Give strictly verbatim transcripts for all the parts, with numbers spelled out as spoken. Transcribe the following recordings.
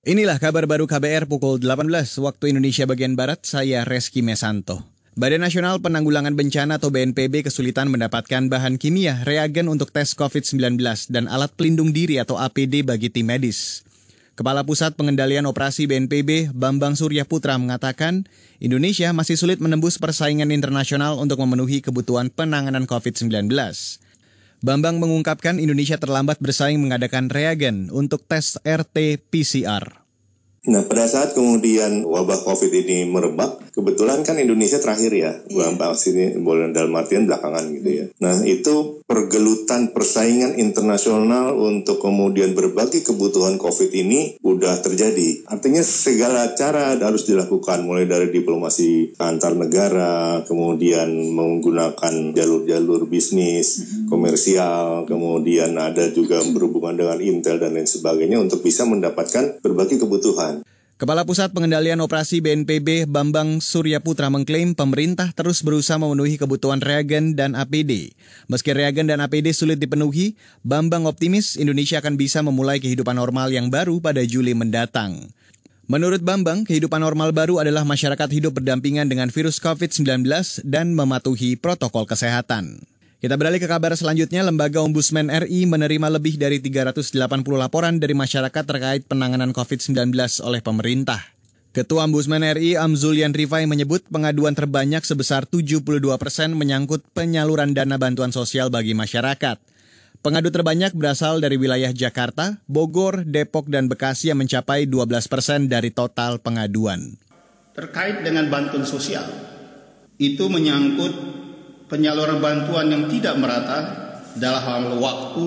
Inilah kabar baru K B R pukul delapan belas waktu Indonesia bagian Barat, saya Reski Mesanto. Badan Nasional Penanggulangan Bencana atau B N P B kesulitan mendapatkan bahan kimia, reagen untuk tes covid sembilan belas dan alat pelindung diri atau A P D bagi tim medis. Kepala Pusat Pengendalian Operasi B N P B, Bambang Surya Putra mengatakan, Indonesia masih sulit menembus persaingan internasional untuk memenuhi kebutuhan penanganan covid sembilan belas. Bambang mengungkapkan Indonesia terlambat bersaing mengadakan reagen untuk tes R T P C R. Nah, pada saat kemudian wabah COVID ini merebak, kebetulan kan Indonesia terakhir ya, bulan yeah. sini boleh dalam artian belakangan gitu ya. Nah, itu pergelutan persaingan internasional untuk kemudian berbagi kebutuhan COVID ini udah terjadi. Artinya segala cara harus dilakukan, mulai dari diplomasi antar negara, kemudian menggunakan jalur-jalur bisnis, mm-hmm. komersial, kemudian ada juga berhubungan dengan intel dan lain sebagainya untuk bisa mendapatkan berbagai kebutuhan. Kepala Pusat Pengendalian Operasi B N P B Bambang Surya Putra mengklaim pemerintah terus berusaha memenuhi kebutuhan reagen dan A P D. Meski reagen dan A P D sulit dipenuhi, Bambang optimis Indonesia akan bisa memulai kehidupan normal yang baru pada Juli mendatang. Menurut Bambang, kehidupan normal baru adalah masyarakat hidup berdampingan dengan virus covid sembilan belas dan mematuhi protokol kesehatan. Kita beralih ke kabar selanjutnya, Lembaga Ombudsman R I menerima lebih dari tiga ratus delapan puluh laporan dari masyarakat terkait penanganan covid sembilan belas oleh pemerintah. Ketua Ombudsman R I Amzulian Rifai menyebut pengaduan terbanyak sebesar tujuh puluh dua persen menyangkut penyaluran dana bantuan sosial bagi masyarakat. Pengadu terbanyak berasal dari wilayah Jakarta, Bogor, Depok, dan Bekasi yang mencapai dua belas persen dari total pengaduan. Terkait dengan bantuan sosial, itu menyangkut penyaluran bantuan yang tidak merata dalam hal waktu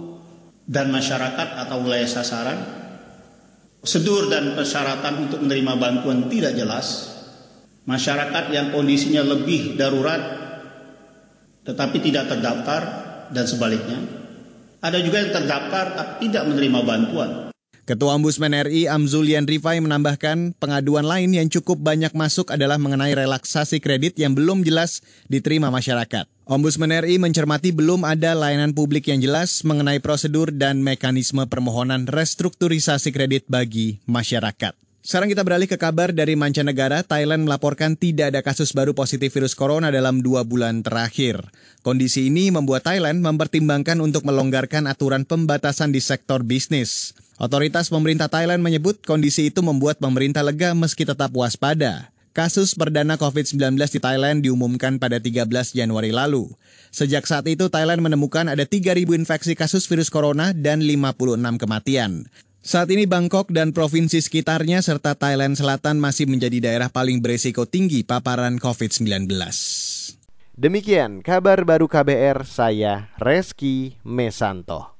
dan masyarakat atau wilayah sasaran, prosedur dan persyaratan untuk menerima bantuan tidak jelas, masyarakat yang kondisinya lebih darurat tetapi tidak terdaftar dan sebaliknya, ada juga yang terdaftar tapi tidak menerima bantuan. Ketua Ombudsman R I Amzulian Rifai menambahkan pengaduan lain yang cukup banyak masuk adalah mengenai relaksasi kredit yang belum jelas diterima masyarakat. Ombudsman R I mencermati belum ada layanan publik yang jelas mengenai prosedur dan mekanisme permohonan restrukturisasi kredit bagi masyarakat. Sekarang kita beralih ke kabar dari mancanegara. Thailand melaporkan tidak ada kasus baru positif virus corona dalam dua bulan terakhir. Kondisi ini membuat Thailand mempertimbangkan untuk melonggarkan aturan pembatasan di sektor bisnis. Otoritas pemerintah Thailand menyebut kondisi itu membuat pemerintah lega meski tetap waspada. Kasus perdana covid sembilan belas di Thailand diumumkan pada tiga belas Januari lalu. Sejak saat itu Thailand menemukan ada tiga ribu infeksi kasus virus corona dan lima puluh enam kematian. Saat ini Bangkok dan provinsi sekitarnya serta Thailand Selatan masih menjadi daerah paling berisiko tinggi paparan covid sembilan belas. Demikian kabar baru K B R, saya Reski Mesanto.